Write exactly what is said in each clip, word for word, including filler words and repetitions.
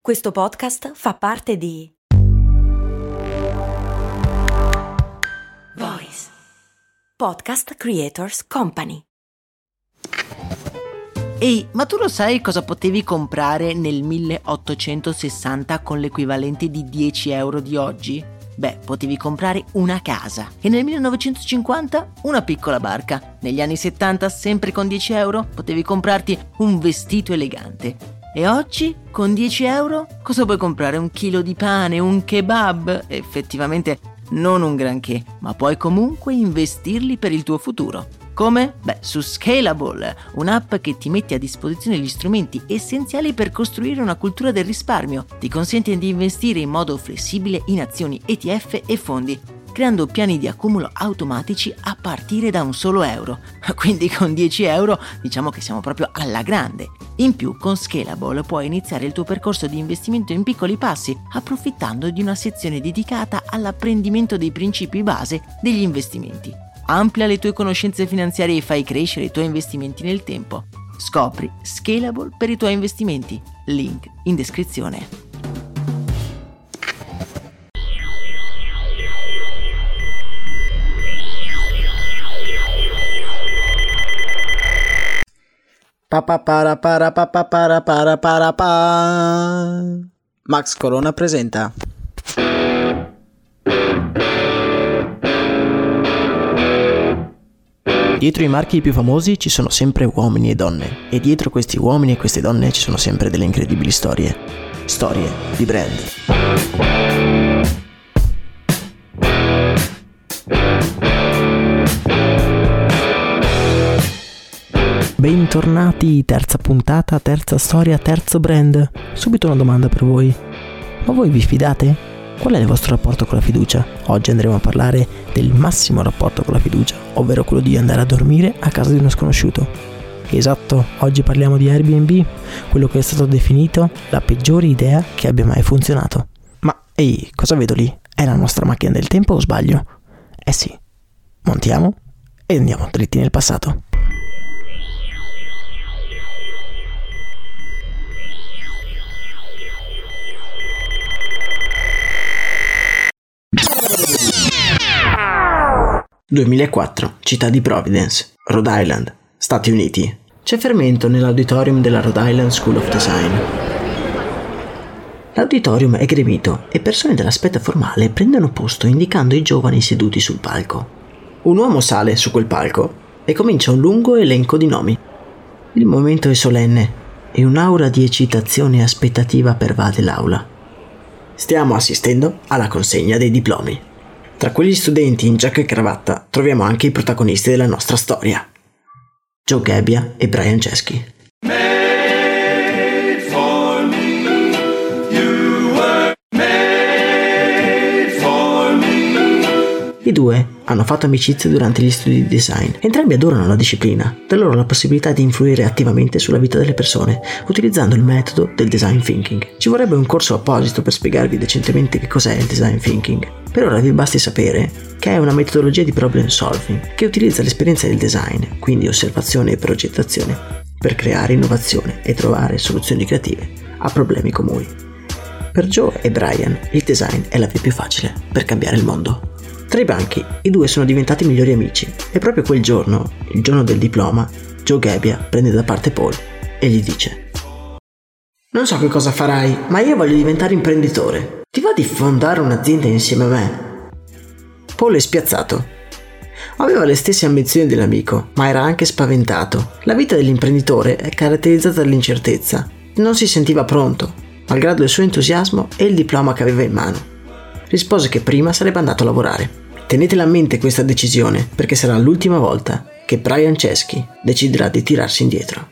Questo podcast fa parte di Voice Podcast Creators Company. Ehi, ma tu lo sai cosa potevi comprare nel milleottocentosessanta con l'equivalente di dieci euro di oggi? Beh, potevi comprare una casa e nel millenovecentocinquanta una piccola barca. Negli anni settanta, sempre con dieci euro, potevi comprarti un vestito elegante. E oggi, con dieci euro, cosa puoi comprare? Un chilo di pane, un kebab? Effettivamente non un granché, ma puoi comunque investirli per il tuo futuro. Come? Beh, su Scalable, un'app che ti mette a disposizione gli strumenti essenziali per costruire una cultura del risparmio. Ti consente di investire in modo flessibile in azioni, E T F e fondi, creando piani di accumulo automatici a partire da un solo euro. Quindi con dieci euro diciamo che siamo proprio alla grande. In più, con Scalable puoi iniziare il tuo percorso di investimento in piccoli passi, approfittando di una sezione dedicata all'apprendimento dei principi base degli investimenti. Amplia le tue conoscenze finanziarie e fai crescere i tuoi investimenti nel tempo. Scopri Scalable per i tuoi investimenti. Link in descrizione. Pa pa para para pa pa para para para pa. Max Corona presenta. Dietro i marchi più famosi ci sono sempre uomini e donne, e dietro questi uomini e queste donne ci sono sempre delle incredibili storie. Storie di brand. Bentornati, terza puntata, terza storia, terzo brand. Subito una domanda per voi. Ma voi vi fidate? Qual è il vostro rapporto con la fiducia? Oggi andremo a parlare del massimo rapporto con la fiducia, ovvero quello di andare a dormire a casa di uno sconosciuto. Esatto, oggi parliamo di Airbnb, quello che è stato definito la peggiore idea che abbia mai funzionato. Ma ehi, cosa vedo lì? È la nostra macchina del tempo o sbaglio? Eh sì, montiamo e andiamo dritti nel passato. duemilaquattro, città di Providence, Rhode Island, Stati Uniti. C'è fermento nell'auditorium della Rhode Island School of Design. L'auditorium è gremito e persone dell'aspetto formale prendono posto indicando i giovani seduti sul palco. Un uomo sale su quel palco e comincia un lungo elenco di nomi. Il momento è solenne e un'aura di eccitazione e aspettativa pervade l'aula. Stiamo assistendo alla consegna dei diplomi. Tra quegli studenti in giacca e cravatta troviamo anche i protagonisti della nostra storia. Joe Gebbia e Brian Chesky. I due hanno fatto amicizia durante gli studi di design. Entrambi adorano la disciplina, da loro la possibilità di influire attivamente sulla vita delle persone, utilizzando il metodo del design thinking. Ci vorrebbe un corso apposito per spiegarvi decentemente che cos'è il design thinking. Per ora vi basti sapere che è una metodologia di problem solving che utilizza l'esperienza del design, quindi osservazione e progettazione, per creare innovazione e trovare soluzioni creative a problemi comuni. Per Joe e Brian il design è la via più facile per cambiare il mondo. Tra i banchi, i due sono diventati migliori amici e proprio quel giorno, il giorno del diploma, Joe Gebbia prende da parte Paul e gli dice: "Non so che cosa farai, ma io voglio diventare imprenditore. Ti va di fondare un'azienda insieme a me?" Paul è spiazzato. Aveva le stesse ambizioni dell'amico, ma era anche spaventato. La vita dell'imprenditore è caratterizzata dall'incertezza. Non si sentiva pronto, malgrado il suo entusiasmo e il diploma che aveva in mano. Rispose che prima sarebbe andato a lavorare. Tenetela a mente questa decisione, perché sarà l'ultima volta che Brian Chesky deciderà di tirarsi indietro.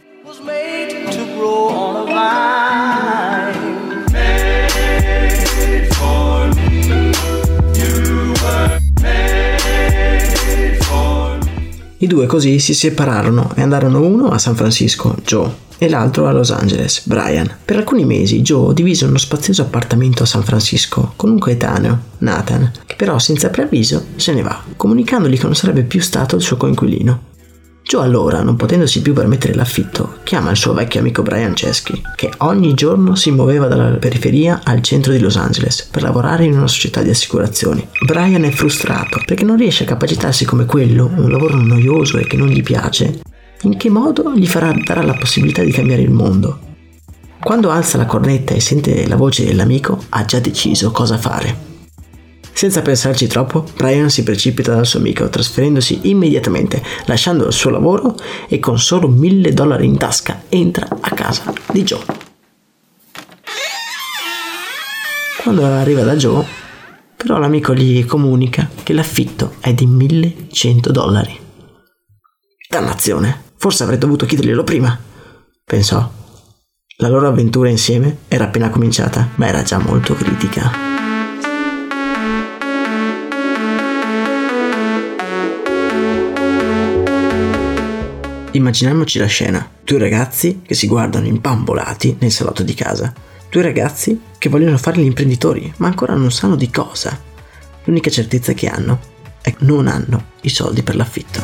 I due così si separarono e andarono uno a San Francisco, Joe, e l'altro a Los Angeles, Brian. Per alcuni mesi Joe divise uno spazioso appartamento a San Francisco con un coetaneo, Nathan, che però senza preavviso se ne va, comunicandogli che non sarebbe più stato il suo coinquilino. Joe allora, non potendosi più permettere l'affitto, chiama il suo vecchio amico Brian Chesky, che ogni giorno si muoveva dalla periferia al centro di Los Angeles per lavorare in una società di assicurazioni. Brian è frustrato perché non riesce a capacitarsi come quello, un lavoro noioso e che non gli piace. In che modo gli farà dare la possibilità di cambiare il mondo? Quando alza la cornetta e sente la voce dell'amico, ha già deciso cosa fare. Senza pensarci troppo, Brian si precipita dal suo amico, trasferendosi immediatamente, lasciando il suo lavoro e con solo mille dollari in tasca entra a casa di Joe. Quando arriva da Joe, però l'amico gli comunica che l'affitto è di millecento dollari. Dannazione, forse avrei dovuto chiederglielo prima, pensò. La loro avventura insieme era appena cominciata, ma era già molto critica. Immaginiamoci la scena, due ragazzi che si guardano imbambolati nel salotto di casa, due ragazzi che vogliono fare gli imprenditori, ma ancora non sanno di cosa. L'unica certezza che hanno è che non hanno i soldi per l'affitto.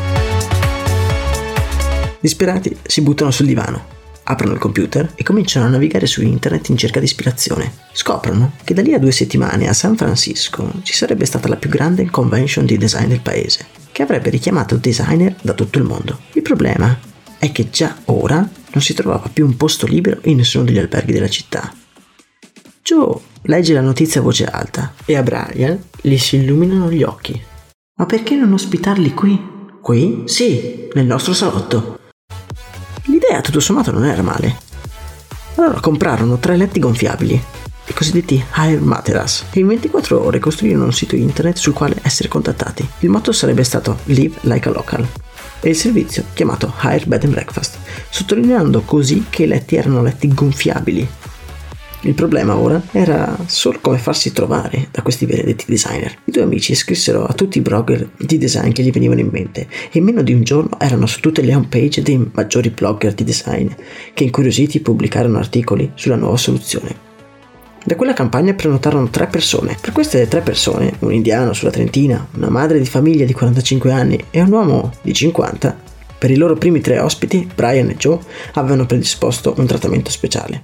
Disperati si buttano sul divano, aprono il computer e cominciano a navigare su internet in cerca di ispirazione. Scoprono che da lì a due settimane a San Francisco ci sarebbe stata la più grande convention di design del paese, che avrebbe richiamato designer da tutto il mondo. Il problema è che già ora non si trovava più un posto libero in nessuno degli alberghi della città. Joe legge la notizia a voce alta e a Brian gli si illuminano gli occhi. Ma perché non ospitarli qui? Qui? Sì, nel nostro salotto. L'idea tutto sommato non era male. Allora comprarono tre letti gonfiabili, i cosiddetti Hire Mattress, e in ventiquattro ore costruirono un sito internet sul quale essere contattati. Il motto sarebbe stato Live Like a Local e il servizio chiamato Hire Bed and Breakfast, sottolineando così che i letti erano letti gonfiabili. Il problema ora era solo come farsi trovare da questi benedetti designer. I due amici scrissero a tutti i blogger di design che gli venivano in mente e in meno di un giorno erano su tutte le homepage dei maggiori blogger di design che, incuriositi, pubblicarono articoli sulla nuova soluzione. Da quella campagna prenotarono tre persone. Per queste tre persone, un indiano sulla trentina, una madre di famiglia di quarantacinque anni e un uomo di cinquanta, per i loro primi tre ospiti, Brian e Joe avevano predisposto un trattamento speciale.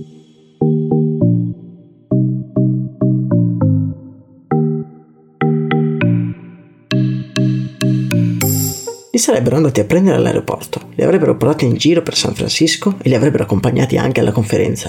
Li sarebbero andati a prendere all'aeroporto, li avrebbero portati in giro per San Francisco e li avrebbero accompagnati anche alla conferenza.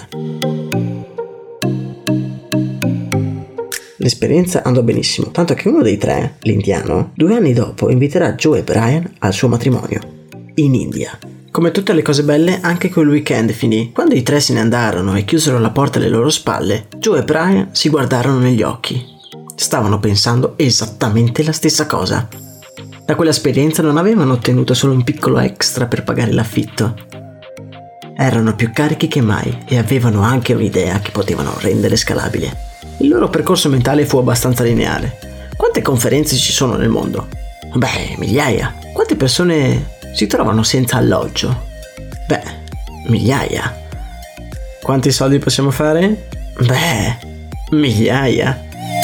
L'esperienza andò benissimo, tanto che uno dei tre, l'indiano, due anni dopo inviterà Joe e Brian al suo matrimonio, in India. Come tutte le cose belle, anche quel weekend finì. Quando i tre se ne andarono e chiusero la porta alle loro spalle, Joe e Brian si guardarono negli occhi. Stavano pensando esattamente la stessa cosa. Da quell'esperienza non avevano ottenuto solo un piccolo extra per pagare l'affitto. Erano più carichi che mai e avevano anche un'idea che potevano rendere scalabile. Il loro percorso mentale fu abbastanza lineare. Quante conferenze ci sono nel mondo? Beh, migliaia. Quante persone si trovano senza alloggio? Beh, migliaia. Quanti soldi possiamo fare? Beh, migliaia.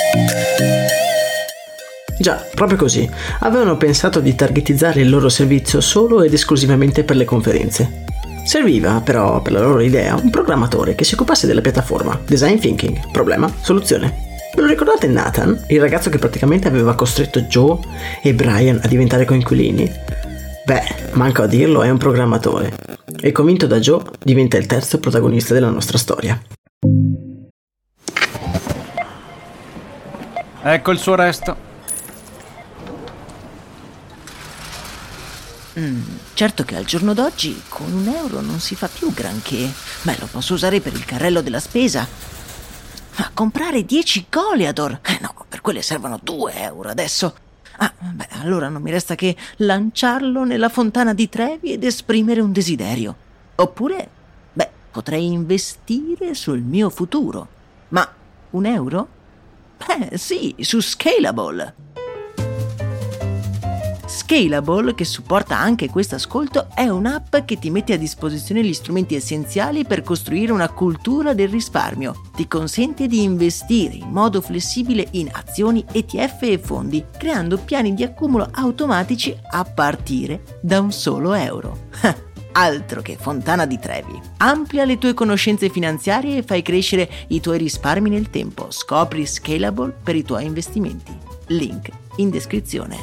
Già, proprio così. Avevano pensato di targetizzare il loro servizio solo ed esclusivamente per le conferenze. Serviva però, per la loro idea, un programmatore che si occupasse della piattaforma. Design thinking, problema, soluzione. Ve lo ricordate Nathan, il ragazzo che praticamente aveva costretto Joe e Brian a diventare coinquilini? Beh, manco a dirlo, è un programmatore. E convinto da Joe, diventa il terzo protagonista della nostra storia. Ecco il suo resto. Mm, certo che al giorno d'oggi con un euro non si fa più granché. Beh, lo posso usare per il carrello della spesa. Ma comprare dieci Goliador? Eh no, per quelle servono due euro adesso. Ah, beh, allora non mi resta che lanciarlo nella fontana di Trevi ed esprimere un desiderio. Oppure, beh, potrei investire sul mio futuro. Ma un euro? Beh, sì, su Scalable. Scalable, che supporta anche questo ascolto, è un'app che ti mette a disposizione gli strumenti essenziali per costruire una cultura del risparmio. Ti consente di investire in modo flessibile in azioni, E T F e fondi, creando piani di accumulo automatici a partire da un solo euro. Altro che Fontana di Trevi. Amplia le tue conoscenze finanziarie e fai crescere i tuoi risparmi nel tempo. Scopri Scalable per i tuoi investimenti. Link in descrizione.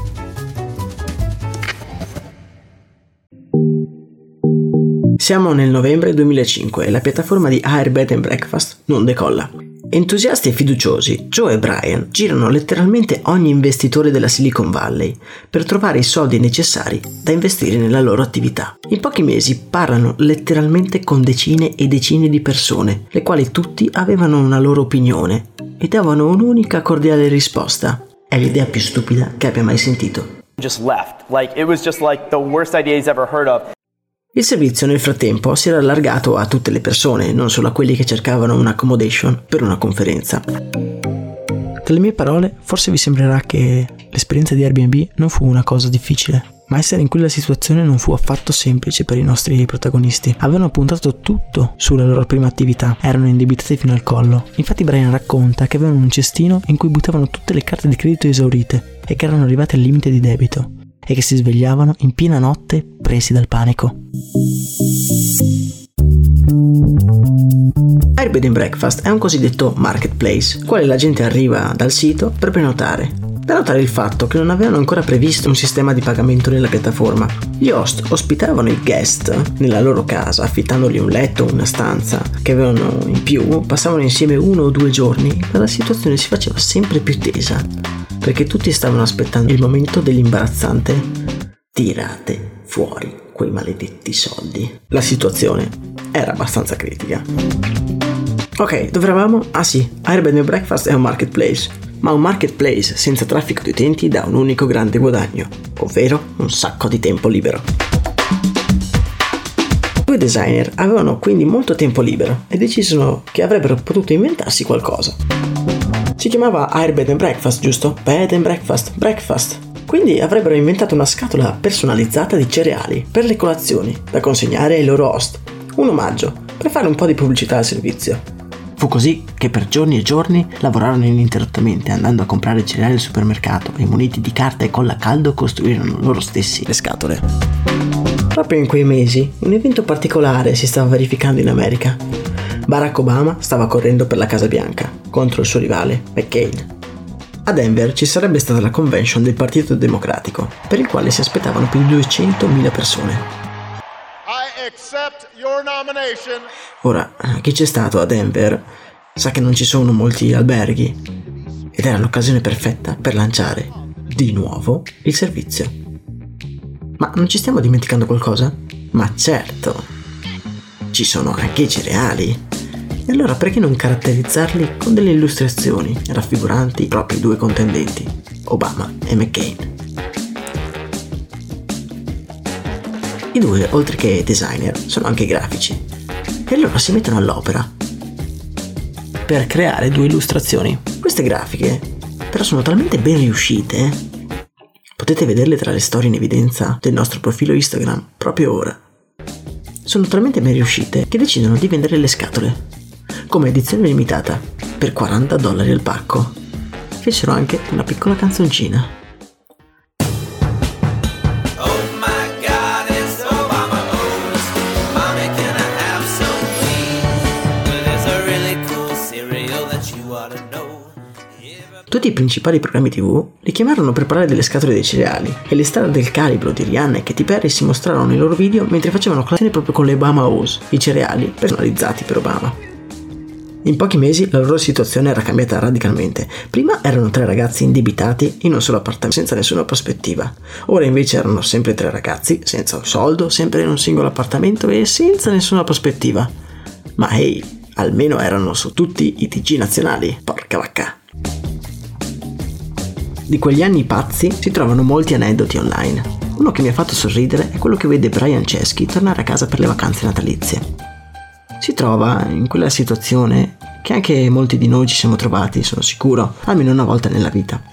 Siamo nel novembre duemilacinque e la piattaforma di Airbed and Breakfast non decolla. Entusiasti e fiduciosi, Joe e Brian girano letteralmente ogni investitore della Silicon Valley per trovare i soldi necessari da investire nella loro attività. In pochi mesi parlano letteralmente con decine e decine di persone, le quali tutti avevano una loro opinione e davano un'unica cordiale risposta. È l'idea più stupida che abbia mai sentito. Just left. Like it was just like the worst idea he's ever heard of. Il servizio nel frattempo si era allargato a tutte le persone, non solo a quelli che cercavano un accommodation per una conferenza. Dalle mie parole, forse vi sembrerà che l'esperienza di Airbnb non fu una cosa difficile, ma essere in quella situazione non fu affatto semplice per i nostri protagonisti. Avevano puntato tutto sulla loro prima attività, erano indebitati fino al collo. Infatti Brian racconta che avevano un cestino in cui buttavano tutte le carte di credito esaurite e che erano arrivati al limite di debito e che si svegliavano in piena notte presi dal panico. Airbed and Breakfast è un cosiddetto marketplace, quale la gente arriva dal sito per prenotare. Da notare il fatto che non avevano ancora previsto un sistema di pagamento nella piattaforma. Gli host ospitavano i guest nella loro casa, affittandogli un letto o una stanza che avevano in più, passavano insieme uno o due giorni, ma la situazione si faceva sempre più tesa, perché tutti stavano aspettando il momento dell'imbarazzante tirate fuori quei maledetti soldi. La situazione era abbastanza critica. Ok, dove eravamo? Ah sì, Airbed and Breakfast è un marketplace, ma un marketplace senza traffico di utenti dà un unico grande guadagno, ovvero un sacco di tempo libero. I due designer avevano quindi molto tempo libero e decisero che avrebbero potuto inventarsi qualcosa. Si chiamava Airbed and Breakfast, giusto? Bed and Breakfast, Breakfast. Quindi avrebbero inventato una scatola personalizzata di cereali per le colazioni da consegnare ai loro host, un omaggio per fare un po' di pubblicità al servizio. Fu così che per giorni e giorni lavorarono ininterrottamente, andando a comprare cereali al supermercato e muniti di carta e colla a caldo costruirono loro stessi le scatole. Proprio in quei mesi un evento particolare si stava verificando in America. Barack Obama stava correndo per la Casa Bianca contro il suo rivale McCain. A Denver ci sarebbe stata la convention del Partito Democratico, per il quale si aspettavano più di duecentomila persone. I accept your nomination. Ora, chi c'è stato a Denver sa che non ci sono molti alberghi ed era l'occasione perfetta per lanciare di nuovo il servizio. Ma non ci stiamo dimenticando qualcosa? Ma certo, ci sono anche i cereali. E allora perché non caratterizzarli con delle illustrazioni raffiguranti i propri due contendenti, Obama e McCain? I due, oltre che designer, sono anche grafici e allora si mettono all'opera per creare due illustrazioni. Queste grafiche però sono talmente ben riuscite, potete vederle tra le storie in evidenza del nostro profilo Instagram proprio ora. Sono talmente ben riuscite che decidono di vendere le scatole come edizione limitata per quaranta dollari al pacco. Fecero anche una piccola canzoncina. Tutti i principali programmi tivù li chiamarono per parlare delle scatole dei cereali e le star del calibro di Rihanna e Katy Perry si mostrarono nei loro video mentre facevano colazione proprio con le Obama O's, i cereali personalizzati per Obama. In pochi mesi la loro situazione era cambiata radicalmente. Prima erano tre ragazzi indebitati in un solo appartamento senza nessuna prospettiva. Ora invece erano sempre tre ragazzi senza un soldo, sempre in un singolo appartamento e senza nessuna prospettiva. Ma hey, almeno erano su tutti i T G nazionali, porca vacca. Di quegli anni pazzi si trovano molti aneddoti online. Uno che mi ha fatto sorridere è quello che vede Brian Chesky tornare a casa per le vacanze natalizie. Si trova in quella situazione che anche molti di noi ci siamo trovati, sono sicuro, almeno una volta nella vita.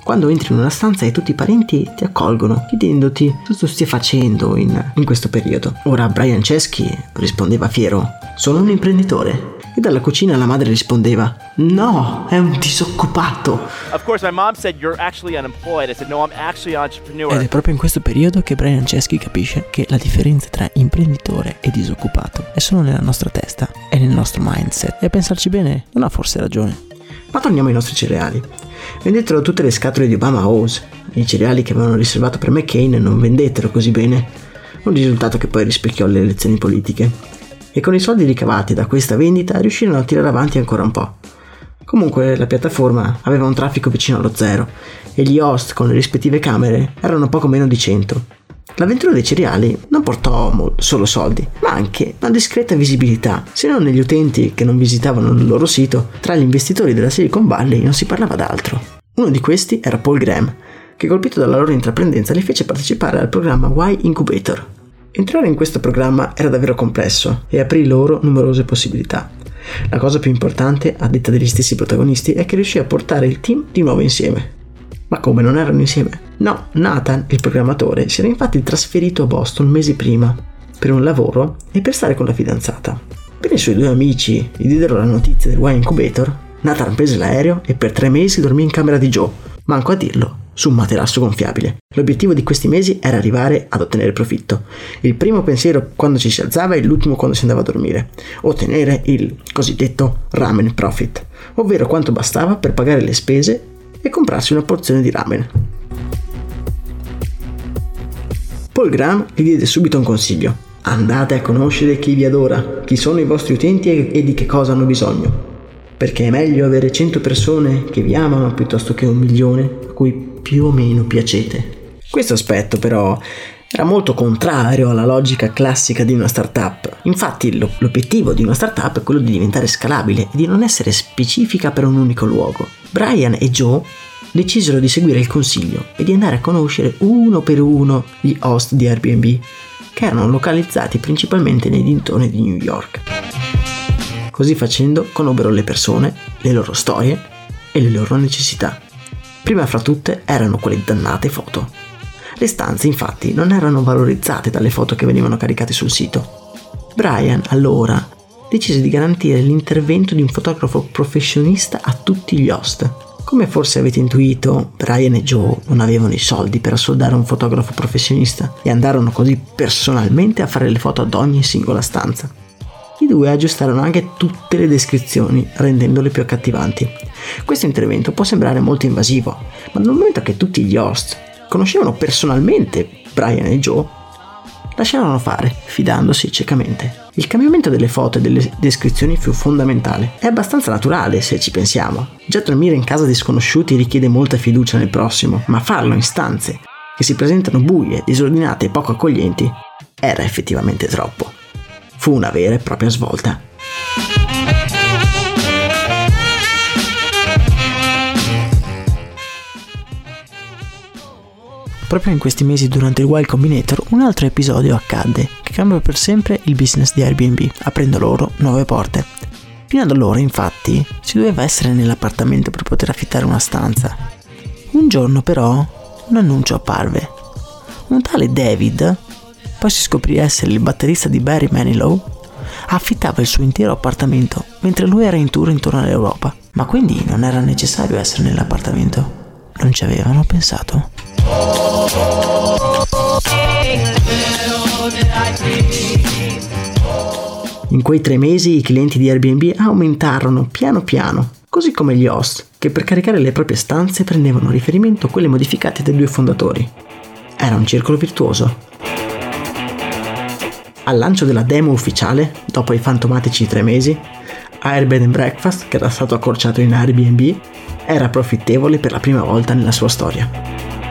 quando entri in una stanza e tutti i parenti ti accolgono, chiedendoti cosa stia facendo in, in questo periodo. Ora Brian Chesky rispondeva fiero: sono un imprenditore. E dalla cucina la madre rispondeva: no, è un disoccupato. Of course, my mom said you're actually unemployed. I said no, I'm actually an entrepreneur. Ed è proprio in questo periodo che Brian Chesky capisce che la differenza tra imprenditore e disoccupato è solo nella nostra testa e nel nostro mindset. E a pensarci bene, non ha forse ragione. Ma torniamo ai nostri cereali. Vendettero tutte le scatole di Obama House. I cereali che avevano riservato per McCain non vendettero così bene, un risultato che poi rispecchiò le elezioni politiche. E con i soldi ricavati da questa vendita riuscirono a tirare avanti ancora un po'. Comunque la piattaforma aveva un traffico vicino allo zero e gli host con le rispettive camere erano poco meno di cento. L'avventura dei cereali non portò solo soldi, ma anche una discreta visibilità. Se non negli utenti che non visitavano il loro sito, tra gli investitori della Silicon Valley non si parlava d'altro. Uno di questi era Paul Graham, che colpito dalla loro intraprendenza li fece partecipare al programma Y Incubator. Entrare in questo programma era davvero complesso e aprì loro numerose possibilità. La cosa più importante, a detta degli stessi protagonisti, è che riuscì a portare il team di nuovo insieme. Ma come, non erano insieme? No, Nathan, il programmatore, si era infatti trasferito a Boston mesi prima per un lavoro e per stare con la fidanzata. Per i suoi due amici gli diedero la notizia del Y Incubator, Nathan prese l'aereo e per tre mesi dormì in camera di Joe, manco a dirlo, su un materasso gonfiabile. L'obiettivo di questi mesi era arrivare ad ottenere profitto. Il primo pensiero quando ci si alzava e l'ultimo quando si andava a dormire. Ottenere il cosiddetto ramen profit, ovvero quanto bastava per pagare le spese e comprarsi una porzione di ramen. Paul Graham gli diede subito un consiglio: andate a conoscere chi vi adora, chi sono i vostri utenti e di che cosa hanno bisogno, perché è meglio avere cento persone che vi amano piuttosto che un milione a cui più o meno piacete. Questo aspetto però era molto contrario alla logica classica di una startup. Infatti lo, l'obiettivo di una startup è quello di diventare scalabile e di non essere specifica per un unico luogo. Brian e Joe decisero di seguire il consiglio e di andare a conoscere uno per uno gli host di Airbnb, che erano localizzati principalmente nei dintorni di New York. Così facendo conobbero le persone, le loro storie e le loro necessità. Prima fra tutte erano quelle dannate foto. Le stanze infatti non erano valorizzate dalle foto che venivano caricate sul sito. Brian allora decise di garantire l'intervento di un fotografo professionista a tutti gli host. Come forse avete intuito, Brian e Joe non avevano i soldi per assoldare un fotografo professionista e andarono così personalmente a fare le foto ad ogni singola stanza. I due aggiustarono anche tutte le descrizioni, rendendole più accattivanti. Questo intervento può sembrare molto invasivo, ma dal momento che tutti gli host conoscevano personalmente Brian e Joe, lasciarono fare, fidandosi ciecamente. Il cambiamento delle foto e delle descrizioni fu fondamentale. È abbastanza naturale se ci pensiamo. Già dormire in casa di sconosciuti richiede molta fiducia nel prossimo, ma farlo in stanze che si presentano buie, disordinate e poco accoglienti era effettivamente troppo. Fu una vera e propria svolta. Proprio in questi mesi durante il Y Combinator un altro episodio accadde che cambiò per sempre il business di Airbnb, aprendo loro nuove porte. Fino ad allora infatti si doveva essere nell'appartamento per poter affittare una stanza. Un giorno però un annuncio apparve. Un tale David, poi si scoprì essere il batterista di Barry Manilow, affittava il suo intero appartamento mentre lui era in tour intorno all'Europa. Ma quindi non era necessario essere nell'appartamento? Non ci avevano pensato? In quei tre mesi i clienti di Airbnb aumentarono piano piano, così come gli host, che per caricare le proprie stanze prendevano a riferimento quelle modificate dai due fondatori. Era un circolo virtuoso. Al lancio della demo ufficiale, dopo i fantomatici tre mesi, Air Bed and Breakfast, che era stato accorciato in Airbnb, era profittevole per la prima volta nella sua storia.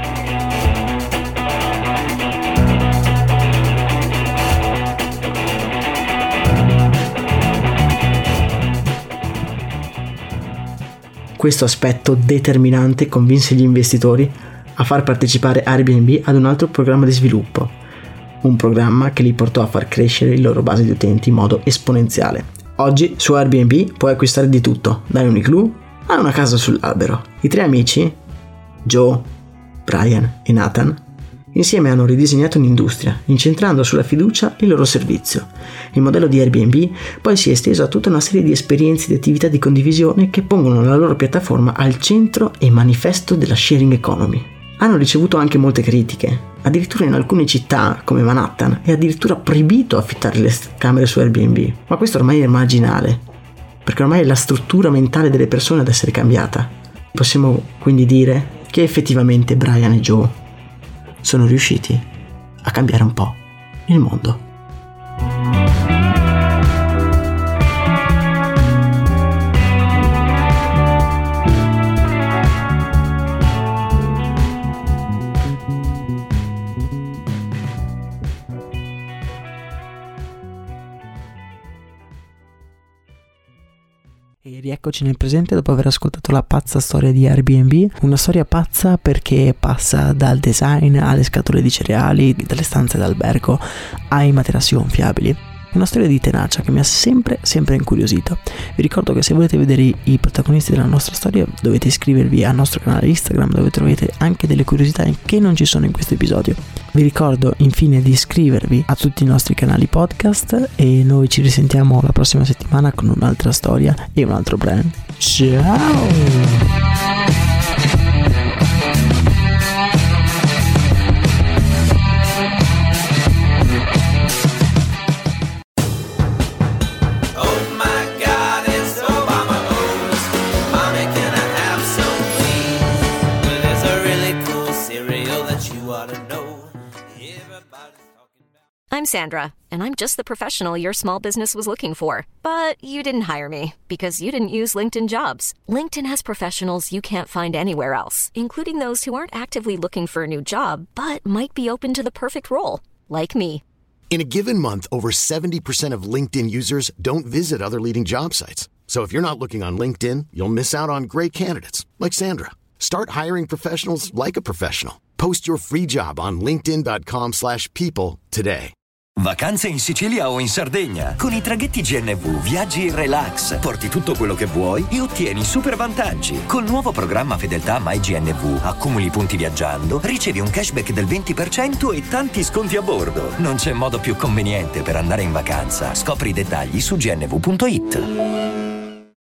Questo aspetto determinante convinse gli investitori a far partecipare Airbnb ad un altro programma di sviluppo, un programma che li portò a far crescere il loro base di utenti in modo esponenziale. Oggi su Airbnb puoi acquistare di tutto, dai un igloo a una casa sull'albero. I tre amici Joe, Brian e Nathan insieme hanno ridisegnato un'industria, incentrando sulla fiducia il loro servizio. Il modello di Airbnb poi si è esteso a tutta una serie di esperienze di attività di condivisione che pongono la loro piattaforma al centro e manifesto della sharing economy. Hanno ricevuto anche molte critiche, addirittura in alcune città come Manhattan è addirittura proibito affittare le camere su Airbnb, ma questo ormai è marginale, perché ormai è la struttura mentale delle persone ad essere cambiata. Possiamo quindi dire che effettivamente Brian e Joe sono riusciti a cambiare un po' il mondo. E rieccoci nel presente dopo aver ascoltato la pazza storia di Airbnb, una storia pazza perché passa dal design alle scatole di cereali, dalle stanze d'albergo ai materassi gonfiabili. Una storia di tenacia che mi ha sempre, sempre incuriosito. Vi ricordo che se volete vedere i, i protagonisti della nostra storia dovete iscrivervi al nostro canale Instagram, dove trovate anche delle curiosità che non ci sono in questo episodio. Vi ricordo infine di iscrivervi a tutti i nostri canali podcast e noi ci risentiamo la prossima settimana con un'altra storia e un altro brand. Ciao! I'm Sandra, and I'm just the professional your small business was looking for. But you didn't hire me because you didn't use LinkedIn Jobs. LinkedIn has professionals you can't find anywhere else, including those who aren't actively looking for a new job, but might be open to the perfect role, like me. In a given month, over seventy percent of LinkedIn users don't visit other leading job sites. So if you're not looking on LinkedIn, you'll miss out on great candidates like Sandra. Start hiring professionals like a professional. Post your free job on linkedin.com slash people today. Vacanze in Sicilia o in Sardegna. Con i traghetti G N V viaggi in relax, porti tutto quello che vuoi e ottieni super vantaggi. Col nuovo programma Fedeltà MyGNV accumuli punti viaggiando, ricevi un cashback del venti per cento e tanti sconti a bordo. Non c'è modo più conveniente per andare in vacanza. Scopri i dettagli su gnv punto it.